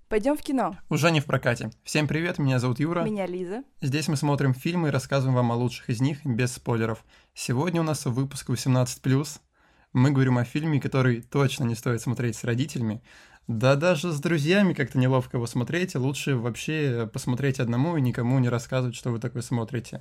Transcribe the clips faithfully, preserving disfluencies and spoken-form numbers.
Пойдем в кино. Уже не в прокате. Всем привет, меня зовут Юра. Меня Лиза. Здесь мы смотрим фильмы и рассказываем вам о лучших из них без спойлеров. Сегодня у нас выпуск восемнадцать плюс. Мы говорим о фильме, который точно не стоит смотреть с родителями. Да даже с друзьями как-то неловко его смотреть. Лучше вообще посмотреть одному и никому не рассказывать, что вы такое смотрите.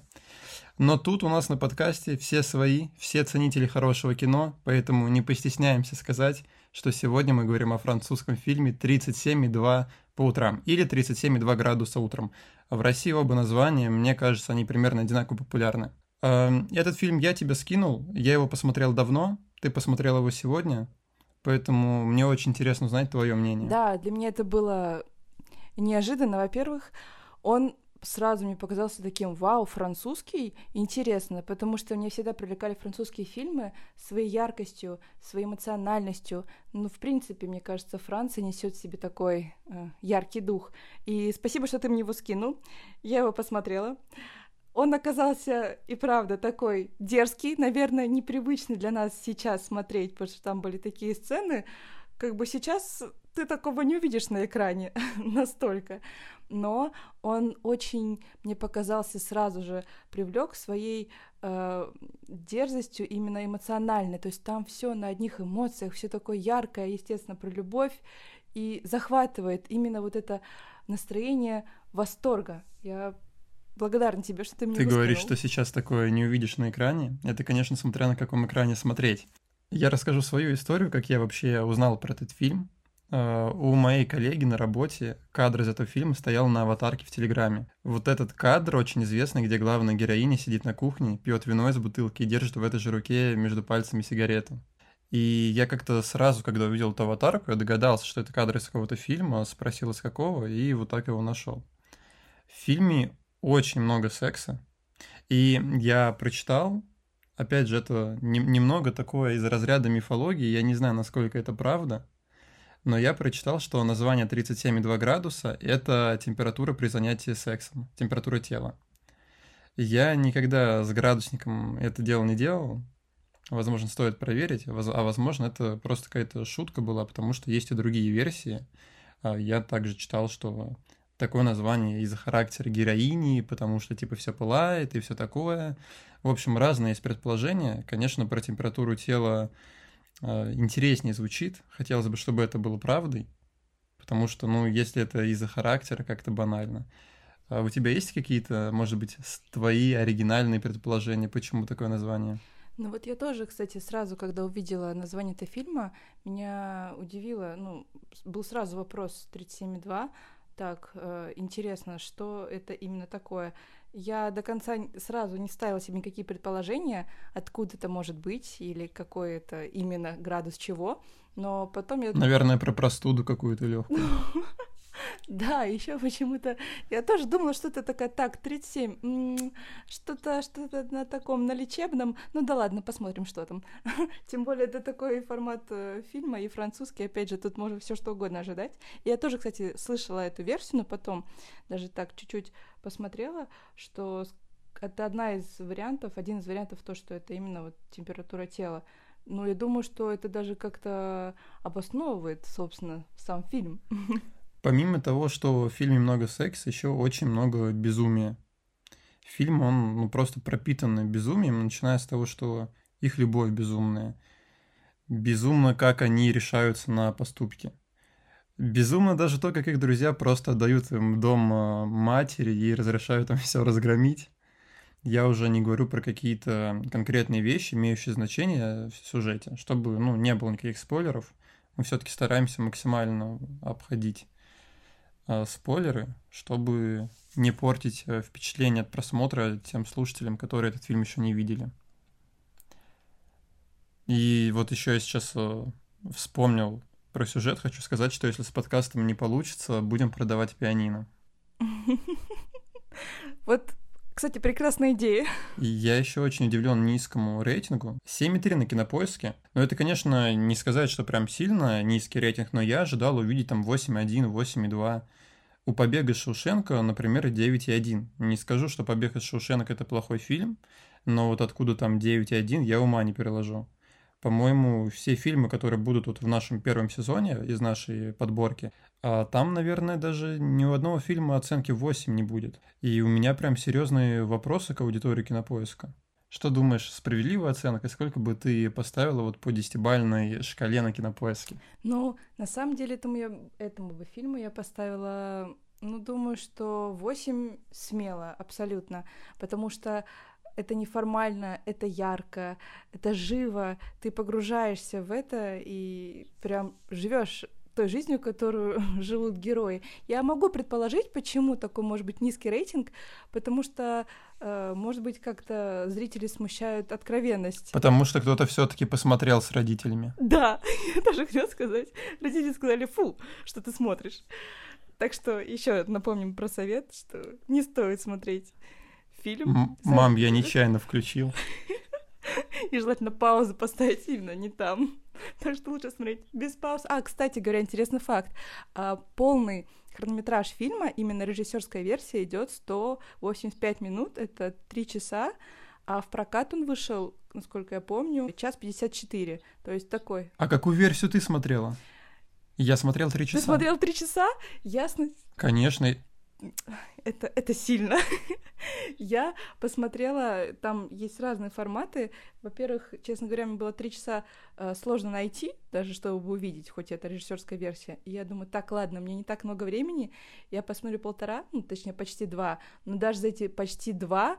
Но тут у нас на подкасте все свои, все ценители хорошего кино, поэтому не постесняемся сказать, что сегодня мы говорим о французском фильме «тридцать семь и два по утрам» или «тридцать семь и два градуса утром». В России оба названия, мне кажется, они примерно одинаково популярны. Этот фильм я тебе скинул, я его посмотрел давно, ты посмотрел его сегодня, поэтому мне очень интересно узнать твое мнение. Да, для меня это было неожиданно. Во-первых, он сразу мне показался таким, вау, французский, интересно, потому что меня всегда привлекали французские фильмы своей яркостью, своей эмоциональностью. Ну, в принципе, мне кажется, Франция несет в себе такой э, яркий дух. И спасибо, что ты мне его скинул. Я его посмотрела. Он оказался и правда такой дерзкий, наверное, непривычный для нас сейчас смотреть, потому что там были такие сцены, как бы сейчас ты такого не увидишь на экране настолько. Но он очень, мне показался, сразу же привлек своей э, дерзостью именно эмоциональной. То есть там все на одних эмоциях, все такое яркое, естественно, про любовь, и захватывает именно вот это настроение восторга. Я благодарна тебе, что ты мне Ты его говоришь, скинул. что сейчас такое не увидишь на экране. Это, конечно, смотря на каком экране смотреть. Я расскажу свою историю, как я вообще узнал про этот фильм. Uh, у моей коллеги на работе кадр из этого фильма стоял на аватарке в Телеграме. Вот этот кадр очень известный, где главная героиня сидит на кухне, пьет вино из бутылки и держит в этой же руке между пальцами сигарету. И я как-то сразу, когда увидел эту аватарку, я догадался, что это кадр из какого-то фильма, спросил из какого, и вот так его нашел. В фильме очень много секса, и я прочитал, опять же, это не- немного такое из разряда мифологии, я не знаю, насколько это правда, но я прочитал, что название тридцать семь и два градуса – это температура при занятии сексом, температура тела. Я никогда с градусником это дело не делал, возможно, стоит проверить, а возможно, это просто какая-то шутка была, потому что есть и другие версии. Я также читал, что такое название из-за характера героини, потому что типа все пылает и все такое. В общем, разные есть предположения. Конечно, про температуру тела интереснее звучит. Хотелось бы, чтобы это было правдой, потому что, ну, если это из-за характера, как-то банально. А у тебя есть какие-то, может быть, твои оригинальные предположения, почему такое название? Ну вот я тоже, кстати, сразу, когда увидела название этого фильма, меня удивило, ну, был сразу вопрос тридцать семь и два. Так, э, интересно, что это именно такое? Я до конца сразу не ставила себе никакие предположения, откуда это может быть, или какой это именно градус чего, но потом я... Наверное, про простуду какую-то легкую. Да, еще почему-то я тоже думала, что это такая, так, тридцать семь, м-м, что-то, что-то на таком, на лечебном, ну да ладно, посмотрим, что там. Тем более это такой формат э, фильма, и французский, опять же, тут можно все что угодно ожидать. И я тоже, кстати, слышала эту версию, но потом даже так чуть-чуть посмотрела, что это одна из вариантов, один из вариантов то, что это именно вот температура тела. Ну, я думаю, что это даже как-то обосновывает, собственно, сам фильм. Помимо того, что в фильме много секса, еще очень много безумия. Фильм, он ну, просто пропитан безумием, начиная с того, что их любовь безумная. Безумно, как они решаются на поступки. Безумно даже то, как их друзья просто отдают им дом матери и разрешают им все разгромить. Я уже не говорю про какие-то конкретные вещи, имеющие значение в сюжете, чтобы ну, не было никаких спойлеров. Мы все-таки стараемся максимально обходить спойлеры, чтобы не портить впечатление от просмотра тем слушателям, которые этот фильм еще не видели. И вот еще я сейчас вспомнил про сюжет, хочу сказать, что если с подкастом не получится, будем продавать пианино. Вот, кстати, прекрасная идея. И я еще очень удивлен низкому рейтингу. семь и три на Кинопоиске. Но это, конечно, не сказать, что прям сильно низкий рейтинг, но я ожидал увидеть там восемь и один, восемь и два. У «Побега из Шоушенка», например, девять и один. Не скажу, что «Побег из Шоушенка» — это плохой фильм, но вот откуда там девять и один, я ума не переложу. По-моему, все фильмы, которые будут вот в нашем первом сезоне из нашей подборки, а там, наверное, даже ни у одного фильма оценки восемь не будет. И у меня прям серьезные вопросы к аудитории Кинопоиска. Что думаешь, справедливая оценка? Сколько бы ты поставила вот по десятибалльной шкале на Кинопоиске? Ну, на самом деле, этому, я, этому бы фильму я поставила, ну, думаю, что восемь смело, абсолютно, потому что это неформально, это ярко, это живо, ты погружаешься в это и прям живешь той жизнью, которую живут герои. Я могу предположить, почему такой может быть низкий рейтинг, потому что, э, может быть, как-то зрители смущают откровенность. Потому что кто-то все-таки посмотрел с родителями. Да, я тоже хотела сказать. Родители сказали: фу, что ты смотришь. Так что еще напомним про совет, что не стоит смотреть фильм. М- мам, я нечаянно включил. И желательно паузу поставить именно не там. Так что лучше смотреть без пауз. А, кстати говоря, интересный факт. А, полный хронометраж фильма, именно режиссерская версия, идет сто восемьдесят пять минут, это три часа, а в прокат он вышел, насколько я помню, час пятьдесят четыре. То есть такой. А какую версию ты смотрела? Я смотрел три часа. Ты смотрел три часа? Ясно. Конечно. Это, это сильно. Я посмотрела, там есть разные форматы. Во-первых, честно говоря, мне было три часа э, сложно найти, даже чтобы увидеть, хоть это режиссерская версия. И я думаю, так, ладно, мне не так много времени, я посмотрю полтора, ну, точнее, почти два. Но даже за эти почти два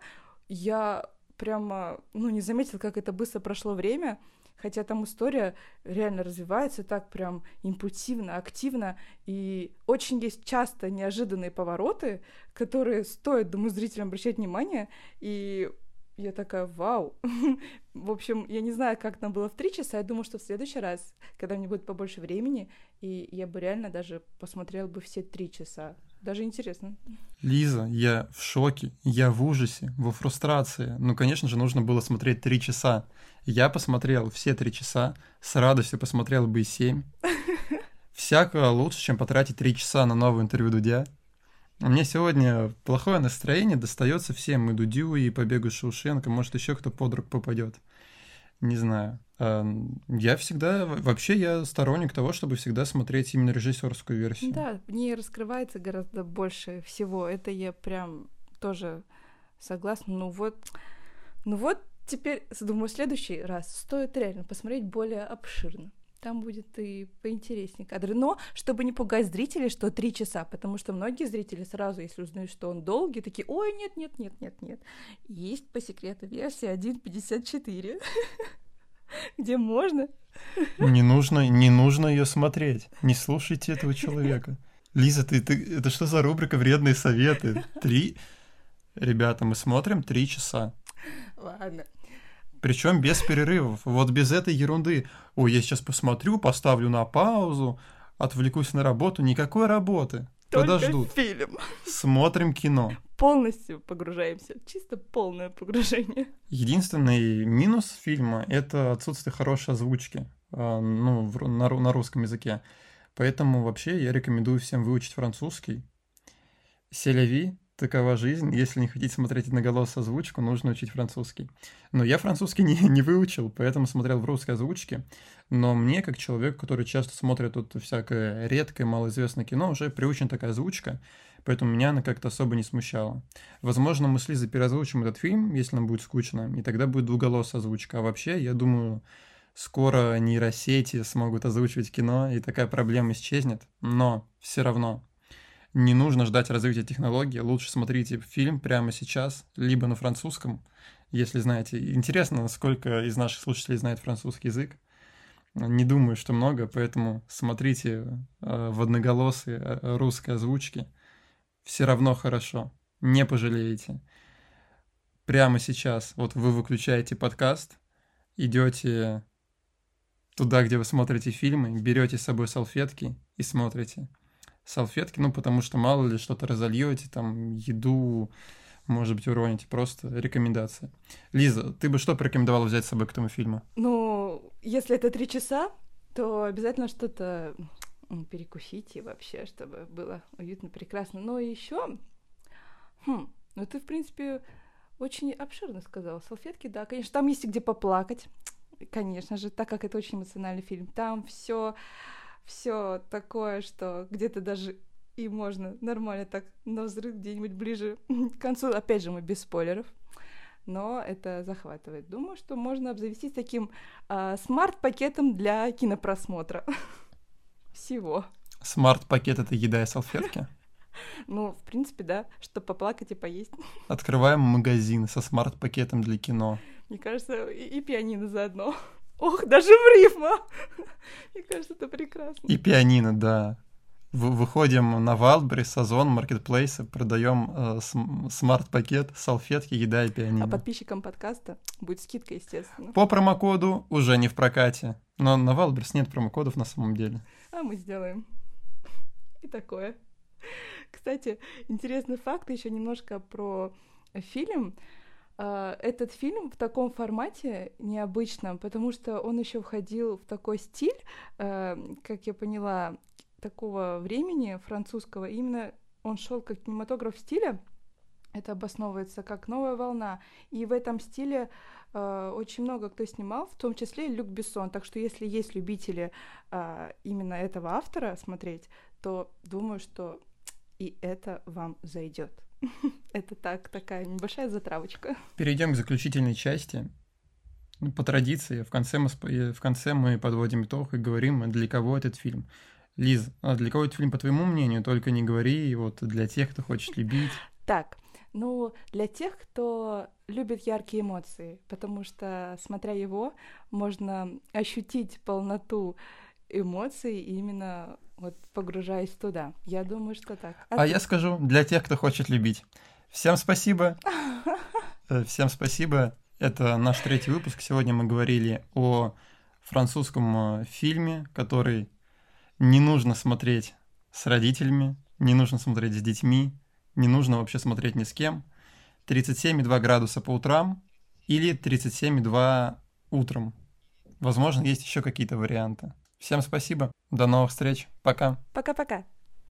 я прямо, ну, не заметила, как это быстро прошло время. Хотя там история реально развивается так прям импульсивно, активно, и очень есть часто неожиданные повороты, которые стоит, думаю, зрителям обращать внимание, и я такая: вау. В общем, я не знаю, как там было в три часа, я думаю, что в следующий раз, когда мне будет побольше времени, и я бы реально даже посмотрела бы все три часа. Даже интересно. Лиза, я в шоке, я в ужасе, во фрустрации. Ну, конечно же, нужно было смотреть три часа. Я посмотрел все три часа, с радостью посмотрел бы и семь. Всяко лучше, чем потратить три часа на новое интервью Дудя. У меня сегодня плохое настроение достается всем, и Дудю, и Побегу Шоушенка, может, еще кто под руку попадет. Не знаю. Я всегда, вообще я сторонник того, чтобы всегда смотреть именно режиссерскую версию. Да, в ней раскрывается гораздо больше всего. Это я прям тоже согласна. Ну вот, ну вот теперь, думаю, в следующий раз стоит реально посмотреть более обширно. Там будет и поинтереснее кадры. Но чтобы не пугать зрителей, что три часа, потому что многие зрители сразу, если узнают, что он долгий, такие: ой, нет, нет, нет, нет, нет. Есть по секрету версия один пятьдесят четыре, где можно. Не нужно, не нужно ее смотреть. Не слушайте этого человека. Лиза, ты, ты, это что за рубрика «Вредные советы»? Три... Ребята, мы смотрим три часа. Ладно. Причем без перерывов. Вот без этой ерунды. Ой, я сейчас посмотрю, поставлю на паузу, отвлекусь на работу. Никакой работы. Только Подождут. фильм. Смотрим кино. Полностью погружаемся. Чисто полное погружение. Единственный минус фильма — это отсутствие хорошей озвучки, ну, в, на, на русском языке. Поэтому вообще я рекомендую всем выучить французский. Селяви, такова жизнь. Если не хотите смотреть одноголосую озвучку, нужно учить французский. Но я французский не, не выучил, поэтому смотрел в русской озвучке. Но мне, как человек, который часто смотрит тут всякое редкое, малоизвестное кино, уже приучена такая озвучка, поэтому меня она как-то особо не смущала. Возможно, мы с Лизой переозвучим этот фильм, если нам будет скучно, и тогда будет двуголосая озвучка. А вообще, я думаю, скоро нейросети смогут озвучивать кино, и такая проблема исчезнет. Но все равно не нужно ждать развития технологий, лучше смотрите фильм прямо сейчас, либо на французском, если знаете. Интересно, насколько из наших слушателей знает французский язык. Не думаю, что много, поэтому смотрите э, в одноголосой э, русской озвучке. Все равно хорошо, не пожалеете. Прямо сейчас вот вы выключаете подкаст, идете туда, где вы смотрите фильмы, берете с собой салфетки и смотрите. Салфетки, ну, потому что мало ли что-то разольете, там, еду, может быть, уроните. Просто рекомендация. Лиза, ты бы что порекомендовала взять с собой к этому фильму? Ну, если это три часа, то обязательно что-то перекусить и вообще, чтобы было уютно, прекрасно. Но еще, хм, ну ты, в принципе, очень обширно сказала. Салфетки, да, конечно, там есть и где поплакать. Конечно же, так как это очень эмоциональный фильм. Там все, все такое, что где-то даже и можно нормально так на взрыв где-нибудь ближе к концу. Опять же, мы без спойлеров. Но это захватывает. Думаю, что можно обзавестись таким э, смарт-пакетом для кинопросмотра. Всего. Смарт-пакет — это еда и салфетки? Ну, в принципе, да, чтобы поплакать и поесть. Открываем магазин со смарт-пакетом для кино. Мне кажется, и, и пианино заодно. Ох, даже в рифма! Мне кажется, это прекрасно. И пианино, да. В- выходим на Wildberries, Озон, маркетплейсы, продаем э, см- смарт-пакет, салфетки, еда и пианино. А подписчикам подкаста будет скидка, естественно. По промокоду уже не в прокате. Но на Wildberries нет промокодов на самом деле. А мы сделаем. И такое. Кстати, интересный факт еще немножко про фильм. Этот фильм в таком формате необычном, потому что он еще входил в такой стиль, как я поняла, такого времени французского. Именно он шел как кинематограф стиля. Это обосновывается как новая волна. И в этом стиле э, очень много кто снимал, в том числе Люк Бессон. Так что если есть любители э, именно этого автора смотреть, то думаю, что и это вам зайдет. Это так, такая небольшая затравочка. Перейдем к заключительной части. По традиции, в конце мы, сп- в конце мы подводим итог и говорим, для кого этот фильм. Лиз, а для кого этот фильм, по твоему мнению? Только не говори, вот для тех, кто хочет любить. Так, ну, для тех, кто любит яркие эмоции, потому что, смотря его, можно ощутить полноту эмоций, именно вот погружаясь туда. Я думаю, что так. А, а я скажу, для тех, кто хочет любить. Всем спасибо. Всем спасибо. Это наш третий выпуск. Сегодня мы говорили о французском фильме, который не нужно смотреть с родителями, не нужно смотреть с детьми, не нужно вообще смотреть ни с кем. тридцать семь и два градуса по утрам или тридцать семь и два утром. Возможно, есть еще какие-то варианты. Всем спасибо. До новых встреч. Пока. Пока-пока.